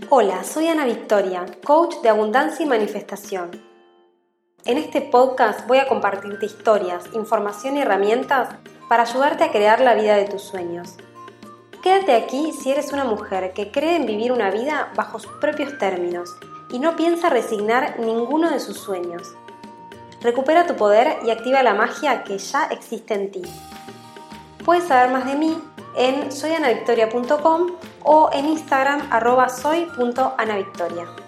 Hola, soy Ana Victoria, coach de abundancia y manifestación. En este podcast voy a compartirte historias, información y herramientas para ayudarte a crear la vida de tus sueños. Quédate aquí si eres una mujer que cree en vivir una vida bajo sus propios términos y no piensa resignar ninguno de sus sueños. Recupera tu poder y activa la magia que ya existe en ti. Puedes saber más de mí en soyanavictoria.com o en Instagram @soy.anavictoria.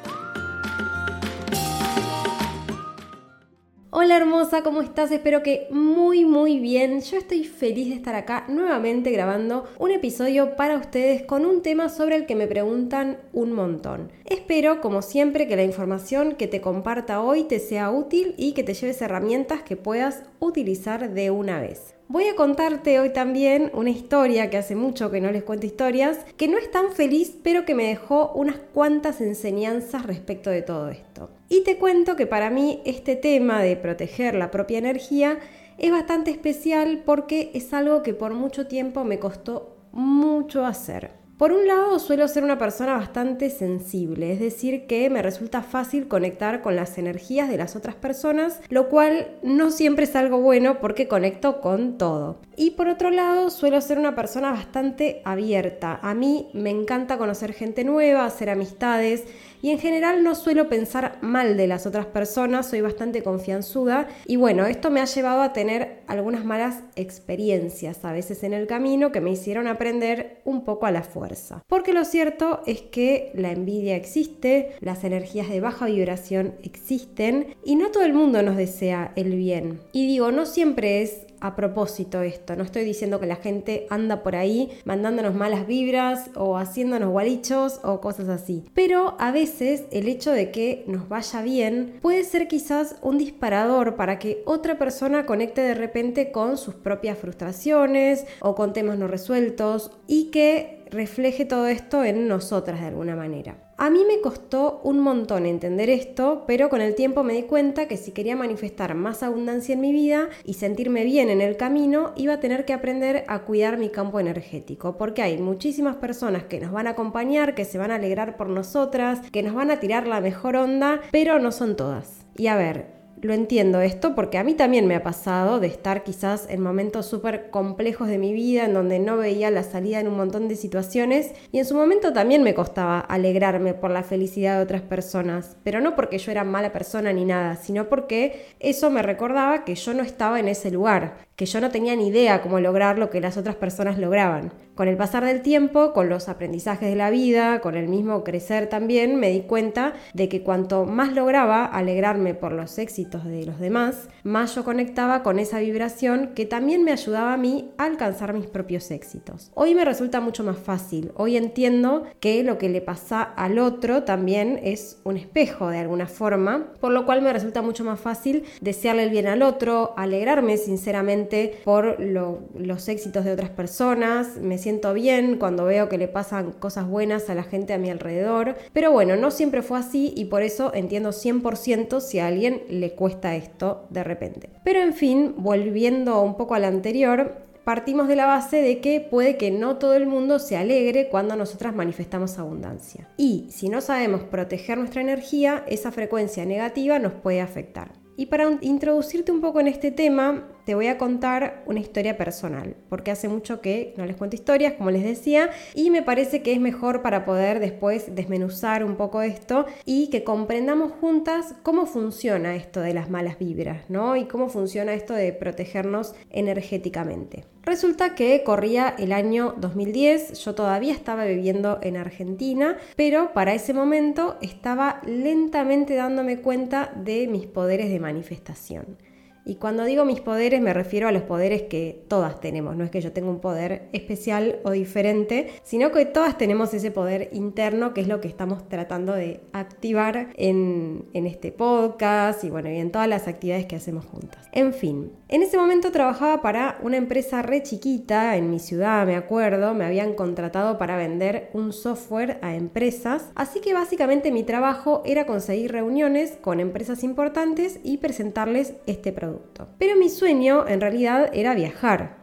Hola hermosa, ¿cómo estás? Espero que muy bien. Yo estoy feliz de estar acá nuevamente grabando un episodio para ustedes con un tema sobre el que me preguntan un montón. Espero, como siempre, que la información que te comparta hoy te sea útil y que te lleves herramientas que puedas utilizar de una vez. Voy a contarte hoy también una historia que hace mucho que no les cuento historias, que no es tan feliz, pero que me dejó unas cuantas enseñanzas respecto de todo esto. Y te cuento que para mí este tema de proteger la propia energía es bastante especial porque es algo que por mucho tiempo me costó mucho hacer. Por un lado, suelo ser una persona bastante sensible, es decir, que me resulta fácil conectar con las energías de las otras personas, lo cual no siempre es algo bueno porque conecto con todo. Y por otro lado, suelo ser una persona bastante abierta. A mí me encanta conocer gente nueva, hacer amistades y en general no suelo pensar mal de las otras personas, soy bastante confianzuda y bueno, esto me ha llevado a tener algunas malas experiencias a veces en el camino que me hicieron aprender un poco a la fuerza. Porque lo cierto es que la envidia existe, las energías de baja vibración existen y no todo el mundo nos desea el bien. Y digo, no siempre es a propósito esto, no estoy diciendo que la gente anda por ahí mandándonos malas vibras o haciéndonos gualichos o cosas así, pero a veces el hecho de que nos vaya bien puede ser quizás un disparador para que otra persona conecte de repente con sus propias frustraciones o con temas no resueltos y que refleje todo esto en nosotras de alguna manera. A mí me costó un montón entender esto, pero con el tiempo me di cuenta que si quería manifestar más abundancia en mi vida y sentirme bien en el camino, iba a tener que aprender a cuidar mi campo energético, porque hay muchísimas personas que nos van a acompañar, que se van a alegrar por nosotras, que nos van a tirar la mejor onda, pero no son todas. Y a ver, lo entiendo esto porque a mí también me ha pasado de estar quizás en momentos súper complejos de mi vida en donde no veía la salida en un montón de situaciones y en su momento también me costaba alegrarme por la felicidad de otras personas, pero no porque yo era mala persona ni nada, sino porque eso me recordaba que yo no estaba en ese lugar, que yo no tenía ni idea cómo lograr lo que las otras personas lograban. Con el pasar del tiempo, con los aprendizajes de la vida, con el mismo crecer también, me di cuenta de que cuanto más lograba alegrarme por los éxitos de los demás, más yo conectaba con esa vibración que también me ayudaba a mí a alcanzar mis propios éxitos. Hoy me resulta mucho más fácil. Hoy entiendo que lo que le pasa al otro también es un espejo de alguna forma, por lo cual me resulta mucho más fácil desearle el bien al otro, alegrarme sinceramente por los éxitos de otras personas. Me siento bien cuando veo que le pasan cosas buenas a la gente a mi alrededor, pero bueno, no siempre fue así y por eso entiendo 100% si a alguien le cuesta esto de repente. Pero en fin, volviendo un poco a lo anterior, partimos de la base de que puede que no todo el mundo se alegre cuando nosotras manifestamos abundancia. Y si no sabemos proteger nuestra energía, esa frecuencia negativa nos puede afectar. Y para introducirte un poco en este tema, te voy a contar una historia personal, porque hace mucho que no les cuento historias, como les decía, y me parece que es mejor para poder después desmenuzar un poco esto y que comprendamos juntas cómo funciona esto de las malas vibras, ¿no? Y cómo funciona esto de protegernos energéticamente. Resulta que corría el año 2010, yo todavía estaba viviendo en Argentina, pero para ese momento estaba lentamente dándome cuenta de mis poderes de manifestación. Y cuando digo mis poderes me refiero a los poderes que todas tenemos, no es que yo tenga un poder especial o diferente, sino que todas tenemos ese poder interno que es lo que estamos tratando de activar en este podcast y bueno, y en todas las actividades que hacemos juntas. En fin, en ese momento trabajaba para una empresa re chiquita en mi ciudad, me acuerdo, me habían contratado para vender un software a empresas, así que básicamente mi trabajo era conseguir reuniones con empresas importantes y presentarles este producto. Pero mi sueño en realidad era viajar.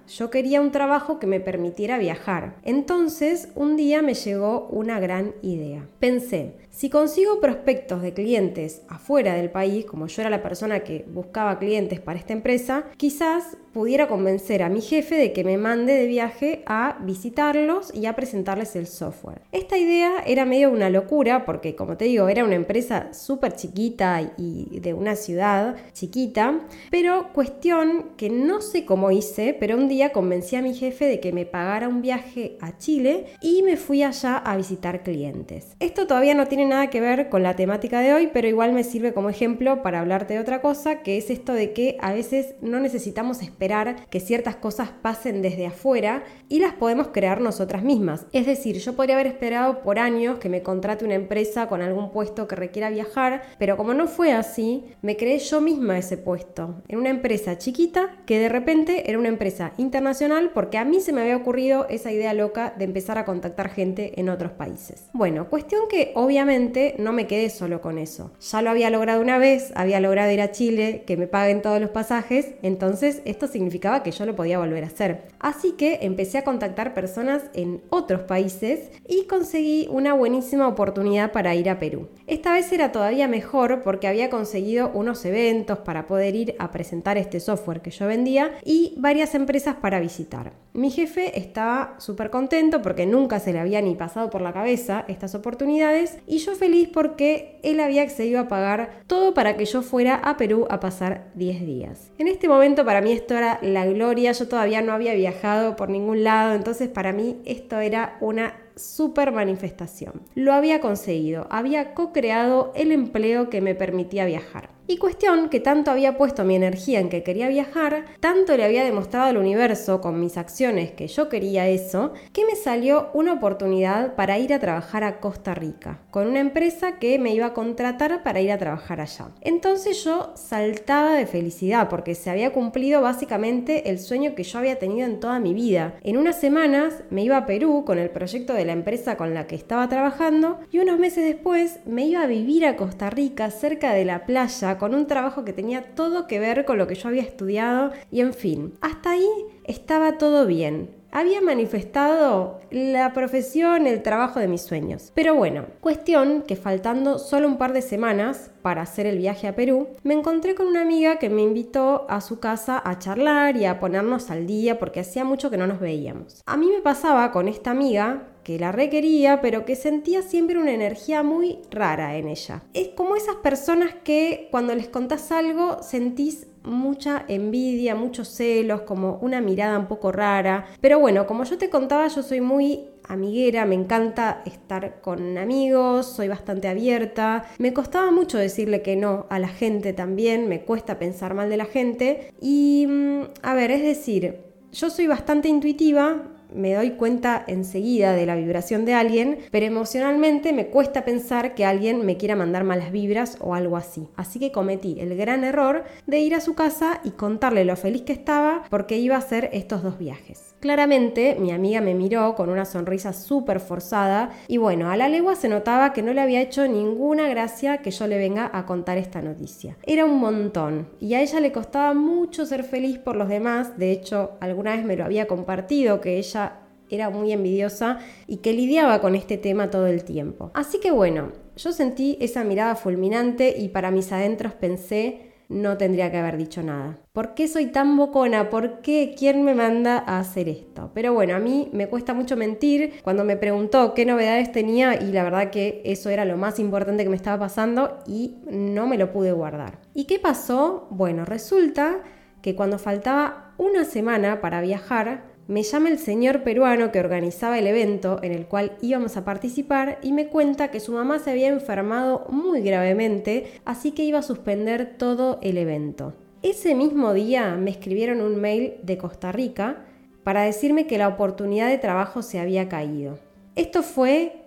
Yo quería un trabajo que me permitiera viajar. Entonces, un día me llegó una gran idea. Pensé, si consigo prospectos de clientes afuera del país, como yo era la persona que buscaba clientes para esta empresa, quizás pudiera convencer a mi jefe de que me mande de viaje a visitarlos y a presentarles el software. Esta idea era medio una locura porque, como te digo, era una empresa súper chiquita y de una ciudad chiquita, pero cuestión que no sé cómo hice, pero un día convencí a mi jefe de que me pagara un viaje a Chile y me fui allá a visitar clientes. Esto todavía no tiene nada que ver con la temática de hoy, pero igual me sirve como ejemplo para hablarte de otra cosa, que es esto de que a veces no necesitamos esperar que ciertas cosas pasen desde afuera y las podemos crear nosotras mismas. Es decir, yo podría haber esperado por años que me contrate una empresa con algún puesto que requiera viajar, pero como no fue así, me creé yo misma ese puesto en una empresa chiquita que de repente era una empresa internacional porque a mí se me había ocurrido esa idea loca de empezar a contactar gente en otros países. Bueno, cuestión que obviamente no me quedé solo con eso. Ya lo había logrado una vez, había logrado ir a Chile, que me paguen todos los pasajes, entonces esto significaba que yo lo podía volver a hacer. Así que empecé a contactar personas en otros países y conseguí una buenísima oportunidad para ir a Perú. Esta vez era todavía mejor porque había conseguido unos eventos para poder ir a presentar este software que yo vendía y varias empresas para visitar. Mi jefe estaba súper contento porque nunca se le había ni pasado por la cabeza estas oportunidades y yo feliz porque él había accedido a pagar todo para que yo fuera a Perú a pasar 10 días. En este momento para mí esto era la gloria, yo todavía no había viajado por ningún lado, entonces para mí esto era una super manifestación. Lo había conseguido, había co-creado el empleo que me permitía viajar. Y cuestión que tanto había puesto mi energía en que quería viajar, tanto le había demostrado al universo con mis acciones que yo quería eso, que me salió una oportunidad para ir a trabajar a Costa Rica, con una empresa que me iba a contratar para ir a trabajar allá. Entonces yo saltaba de felicidad porque se había cumplido básicamente el sueño que yo había tenido en toda mi vida. En unas semanas me iba a Perú con el proyecto de la empresa con la que estaba trabajando y unos meses después me iba a vivir a Costa Rica cerca de la playa con un trabajo que tenía todo que ver con lo que yo había estudiado y en fin, hasta ahí estaba todo bien. Había manifestado la profesión, el trabajo de mis sueños. Pero bueno, cuestión que faltando solo un par de semanas para hacer el viaje a Perú, me encontré con una amiga que me invitó a su casa a charlar y a ponernos al día porque hacía mucho que no nos veíamos. A mí me pasaba con esta amiga que la requería, pero que sentía siempre una energía muy rara en ella. Es como esas personas que cuando les contás algo sentís mucha envidia, muchos celos, como una mirada un poco rara. Pero bueno, como yo te contaba, yo soy muy amiguera, me encanta estar con amigos, soy bastante abierta. Me costaba mucho decirle que no a la gente también, me cuesta pensar mal de la gente. Y, es decir, yo soy bastante intuitiva, me doy cuenta enseguida de la vibración de alguien, pero emocionalmente me cuesta pensar que alguien me quiera mandar malas vibras o algo así. Así que cometí el gran error de ir a su casa y contarle lo feliz que estaba porque iba a hacer estos 2 viajes. Claramente mi amiga me miró con una sonrisa súper forzada y bueno, a la legua se notaba que no le había hecho ninguna gracia que yo le venga a contar esta noticia. Era un montón y a ella le costaba mucho ser feliz por los demás. De hecho, alguna vez me lo había compartido que ella era muy envidiosa y que lidiaba con este tema todo el tiempo. Así que bueno, yo sentí esa mirada fulminante y para mis adentros pensé, no tendría que haber dicho nada. ¿Por qué soy tan bocona? ¿Por qué? ¿Quién me manda a hacer esto? Pero bueno, a mí me cuesta mucho mentir. Cuando me preguntó qué novedades tenía y la verdad que eso era lo más importante que me estaba pasando y no me lo pude guardar. ¿Y qué pasó? Bueno, resulta que cuando faltaba una semana para viajar, me llama el señor peruano que organizaba el evento en el cual íbamos a participar y me cuenta que su mamá se había enfermado muy gravemente, así que iba a suspender todo el evento. Ese mismo día me escribieron un mail de Costa Rica para decirme que la oportunidad de trabajo se había caído. Esto fue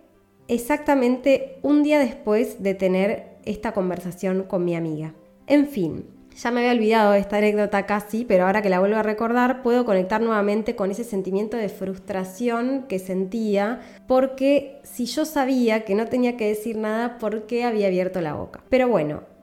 exactamente un día después de tener esta conversación con mi amiga. En fin. Ya me había olvidado de esta anécdota casi, pero ahora que la vuelvo a recordar puedo conectar nuevamente con ese sentimiento de frustración que sentía porque si yo sabía que no tenía que decir nada, ¿por qué había abierto la boca? Pero bueno,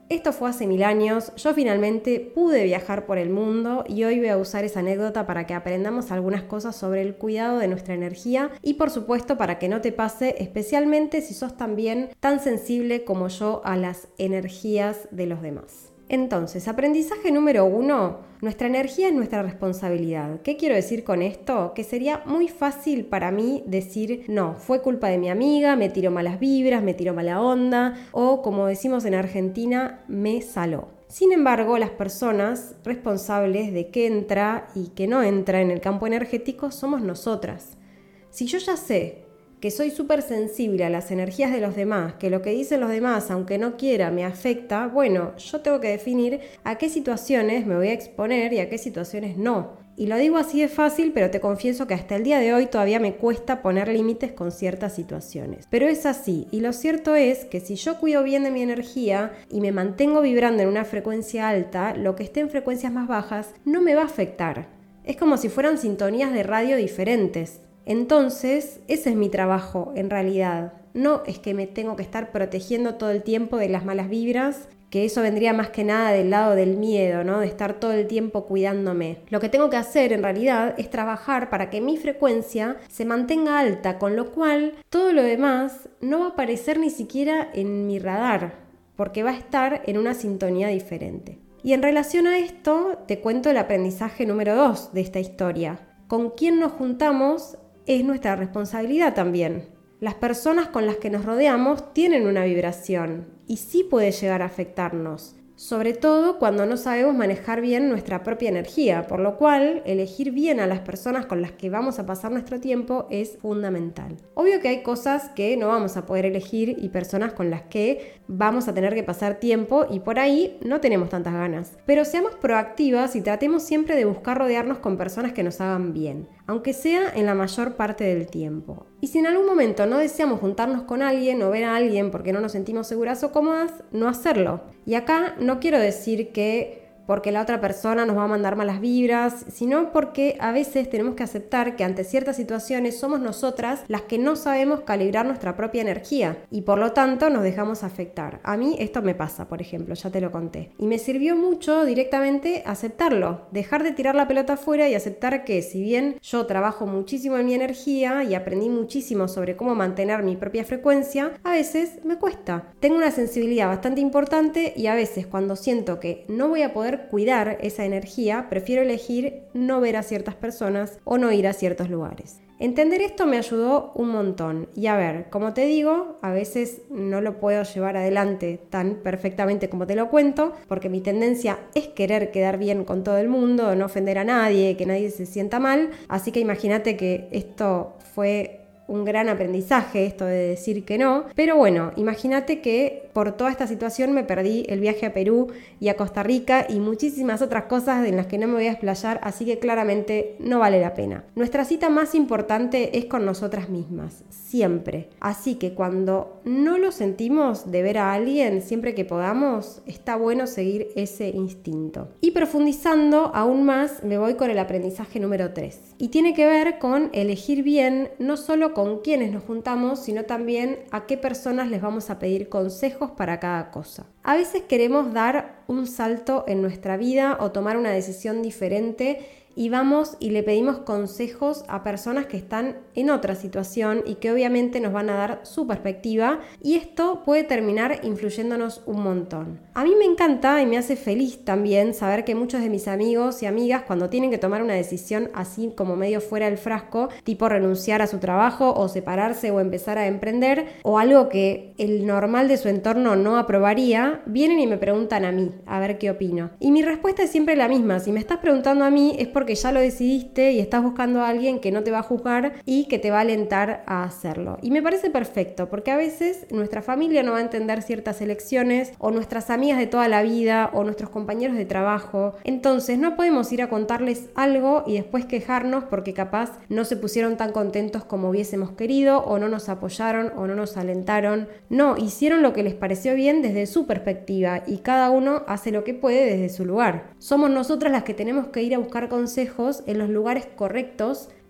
Esto fue hace 1000 años, yo finalmente pude viajar por el mundo y hoy voy a usar esa anécdota para que aprendamos algunas cosas sobre el cuidado de nuestra energía y por supuesto para que no te pase, especialmente si sos también tan sensible como yo a las energías de los demás. Entonces, aprendizaje número 1, nuestra energía es nuestra responsabilidad. ¿Qué quiero decir con esto? Que sería muy fácil para mí decir, no, fue culpa de mi amiga, me tiró malas vibras, me tiró mala onda, o como decimos en Argentina, me saló. Sin embargo, las personas responsables de qué entra y qué no entra en el campo energético somos nosotras. Si yo ya sé que soy súper sensible a las energías de los demás, que lo que dicen los demás, aunque no quiera, me afecta, bueno, yo tengo que definir a qué situaciones me voy a exponer y a qué situaciones no. Y lo digo así de fácil, pero te confieso que hasta el día de hoy todavía me cuesta poner límites con ciertas situaciones. Pero es así, y lo cierto es que si yo cuido bien de mi energía y me mantengo vibrando en una frecuencia alta, lo que esté en frecuencias más bajas no me va a afectar. Es como si fueran sintonías de radio diferentes. Entonces, ese es mi trabajo en realidad. No es que me tengo que estar protegiendo todo el tiempo de las malas vibras, que eso vendría más que nada del lado del miedo, ¿no? De estar todo el tiempo cuidándome. Lo que tengo que hacer en realidad es trabajar para que mi frecuencia se mantenga alta, con lo cual todo lo demás no va a aparecer ni siquiera en mi radar, porque va a estar en una sintonía diferente. Y en relación a esto, te cuento el aprendizaje número 2 de esta historia. Con quién nos juntamos es nuestra responsabilidad también. Las personas con las que nos rodeamos tienen una vibración y sí puede llegar a afectarnos, sobre todo cuando no sabemos manejar bien nuestra propia energía, por lo cual elegir bien a las personas con las que vamos a pasar nuestro tiempo es fundamental. Obvio que hay cosas que no vamos a poder elegir y personas con las que vamos a tener que pasar tiempo y por ahí no tenemos tantas ganas. Pero seamos proactivas y tratemos siempre de buscar rodearnos con personas que nos hagan bien, aunque sea en la mayor parte del tiempo. Y si en algún momento no deseamos juntarnos con alguien o ver a alguien porque no nos sentimos seguras o cómodas, no hacerlo. Y acá no quiero decir que porque la otra persona nos va a mandar malas vibras, sino porque a veces tenemos que aceptar que ante ciertas situaciones somos nosotras las que no sabemos calibrar nuestra propia energía y por lo tanto nos dejamos afectar. A mí esto me pasa, por ejemplo, ya te lo conté. Y me sirvió mucho directamente aceptarlo, dejar de tirar la pelota afuera y aceptar que si bien yo trabajo muchísimo en mi energía y aprendí muchísimo sobre cómo mantener mi propia frecuencia, a veces me cuesta. Tengo una sensibilidad bastante importante y a veces cuando siento que no voy a poder cuidar esa energía, prefiero elegir no ver a ciertas personas o no ir a ciertos lugares. Entender esto me ayudó un montón y a ver, como te digo, a veces no lo puedo llevar adelante tan perfectamente como te lo cuento, porque mi tendencia es querer quedar bien con todo el mundo, no ofender a nadie, que nadie se sienta mal, así que imagínate que esto fue un gran aprendizaje, esto de decir que no, pero bueno, imagínate que por toda esta situación me perdí el viaje a Perú y a Costa Rica y muchísimas otras cosas en las que no me voy a explayar, así que claramente no vale la pena. Nuestra cita más importante es con nosotras mismas, siempre. Así que cuando no lo sentimos de ver a alguien, siempre que podamos, está bueno seguir ese instinto. Y profundizando aún más, me voy con el aprendizaje número 3. Y tiene que ver con elegir bien, no solo con quiénes nos juntamos, sino también a qué personas les vamos a pedir consejos para cada cosa. A veces queremos dar un salto en nuestra vida o tomar una decisión diferente y vamos y le pedimos consejos a personas que están en otra situación y que obviamente nos van a dar su perspectiva y esto puede terminar influyéndonos un montón. A mí me encanta y me hace feliz también saber que muchos de mis amigos y amigas cuando tienen que tomar una decisión así como medio fuera del frasco, tipo renunciar a su trabajo o separarse o empezar a emprender o algo que el normal de su entorno no aprobaría, vienen y me preguntan a mí, a ver qué opino. Y mi respuesta es siempre la misma, si me estás preguntando a mí es porque ya lo decidiste y estás buscando a alguien que no te va a juzgar y que te va a alentar a hacerlo. Y me parece perfecto, porque a veces nuestra familia no va a entender ciertas elecciones, o nuestras amigas de toda la vida, o nuestros compañeros de trabajo. Entonces no podemos ir a contarles algo y después quejarnos porque capaz no se pusieron tan contentos como hubiésemos querido, o no nos apoyaron, o no nos alentaron. No, hicieron lo que les pareció bien desde su perspectiva y cada uno hace lo que puede desde su lugar. Somos nosotras las que tenemos que ir a buscar consejos en los lugares correctos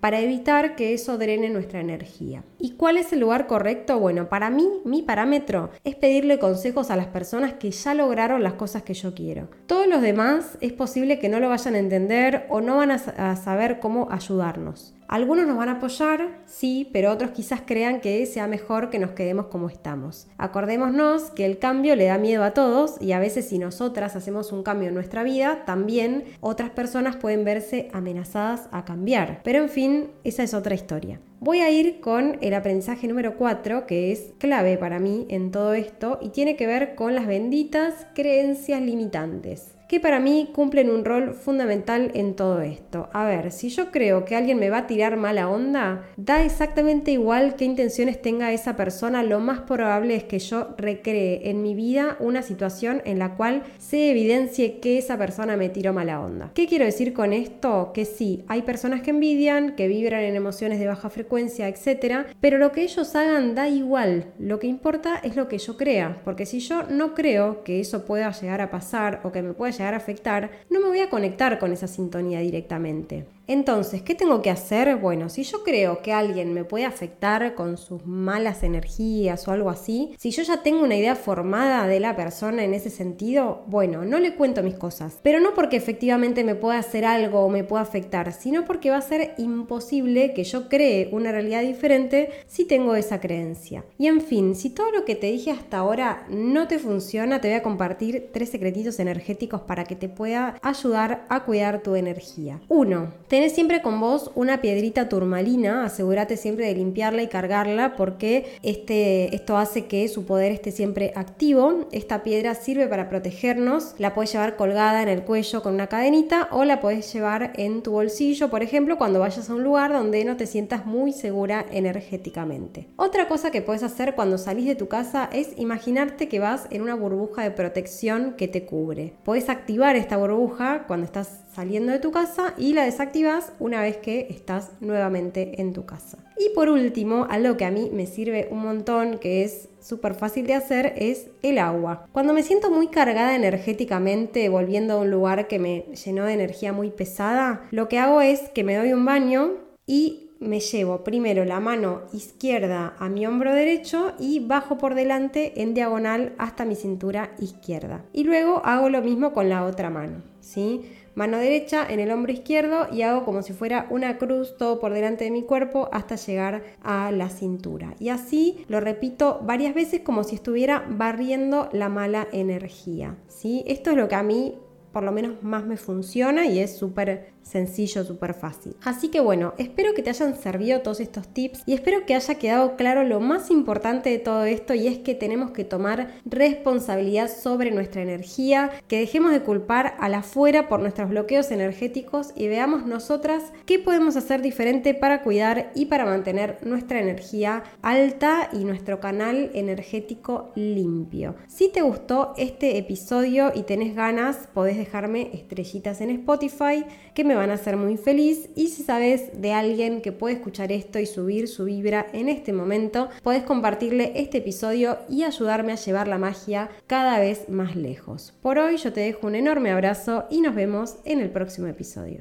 para evitar que eso drene nuestra energía. ¿Y cuál es el lugar correcto? Bueno, para mí, mi parámetro es pedirle consejos a las personas que ya lograron las cosas que yo quiero. Todos los demás es posible que no lo vayan a entender o no van a saber cómo ayudarnos. Algunos nos van a apoyar, sí, pero otros quizás crean que sea mejor que nos quedemos como estamos. Acordémonos que el cambio le da miedo a todos y a veces si nosotras hacemos un cambio en nuestra vida, también otras personas pueden verse amenazadas a cambiar. Pero en fin, esa es otra historia. Voy a ir con el aprendizaje número 4, que es clave para mí en todo esto y tiene que ver con las benditas creencias limitantes, que para mí cumplen un rol fundamental en todo esto. A ver, si yo creo que alguien me va a tirar mala onda, da exactamente igual qué intenciones tenga esa persona, lo más probable es que yo recree en mi vida una situación en la cual se evidencie que esa persona me tiró mala onda. ¿Qué quiero decir con esto? Que sí, hay personas que envidian, que vibran en emociones de baja frecuencia, etc. Pero lo que ellos hagan da igual. Lo que importa es lo que yo crea, porque si yo no creo que eso pueda llegar a pasar o que me pueda llegar a afectar, no me voy a conectar con esa sintonía directamente. Entonces, ¿qué tengo que hacer? Bueno, si yo creo que alguien me puede afectar con sus malas energías o algo así, si yo ya tengo una idea formada de la persona en ese sentido, bueno, no le cuento mis cosas, pero no porque efectivamente me pueda hacer algo o me pueda afectar, sino porque va a ser imposible que yo cree una realidad diferente si tengo esa creencia. Y en fin, si todo lo que te dije hasta ahora no te funciona, te voy a compartir 3 secretitos energéticos para que te pueda ayudar a cuidar tu energía. 1. Tenés siempre con vos una piedrita turmalina, asegúrate siempre de limpiarla y cargarla porque esto hace que su poder esté siempre activo. Esta piedra sirve para protegernos, la podés llevar colgada en el cuello con una cadenita o la podés llevar en tu bolsillo, por ejemplo, cuando vayas a un lugar donde no te sientas muy segura energéticamente. Otra cosa que podés hacer cuando salís de tu casa es imaginarte que vas en una burbuja de protección que te cubre. Podés activar esta burbuja cuando estás saliendo de tu casa y la desactivas una vez que estás nuevamente en tu casa. Y por último, algo que a mí me sirve un montón, que es súper fácil de hacer, es el agua. Cuando me siento muy cargada energéticamente, volviendo a un lugar que me llenó de energía muy pesada, lo que hago es que me doy un baño y me llevo primero la mano izquierda a mi hombro derecho y bajo por delante en diagonal hasta mi cintura izquierda. Y luego hago lo mismo con la otra mano, ¿sí? Mano derecha en el hombro izquierdo y hago como si fuera una cruz todo por delante de mi cuerpo hasta llegar a la cintura. Y así lo repito varias veces como si estuviera barriendo la mala energía, ¿sí? Esto es lo que a mí por lo menos más me funciona y es súper sencillo, súper fácil. Así que bueno, espero que te hayan servido todos estos tips y espero que haya quedado claro lo más importante de todo esto y es que tenemos que tomar responsabilidad sobre nuestra energía, que dejemos de culpar al afuera por nuestros bloqueos energéticos y veamos nosotras qué podemos hacer diferente para cuidar y para mantener nuestra energía alta y nuestro canal energético limpio. Si te gustó este episodio y tenés ganas, podés dejarme estrellitas en Spotify que me van a hacer muy feliz, y si sabes de alguien que puede escuchar esto y subir su vibra en este momento, podés compartirle este episodio y ayudarme a llevar la magia cada vez más lejos. Por hoy yo te dejo un enorme abrazo y nos vemos en el próximo episodio.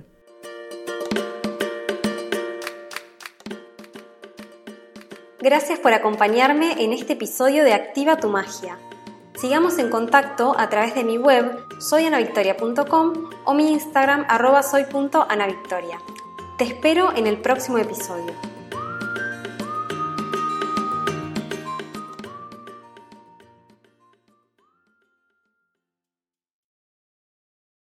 Gracias por acompañarme en este episodio de Activa tu Magia. Sigamos en contacto a través de mi web soyanavictoria.com o mi Instagram @soy.anavictoria. Te espero en el próximo episodio.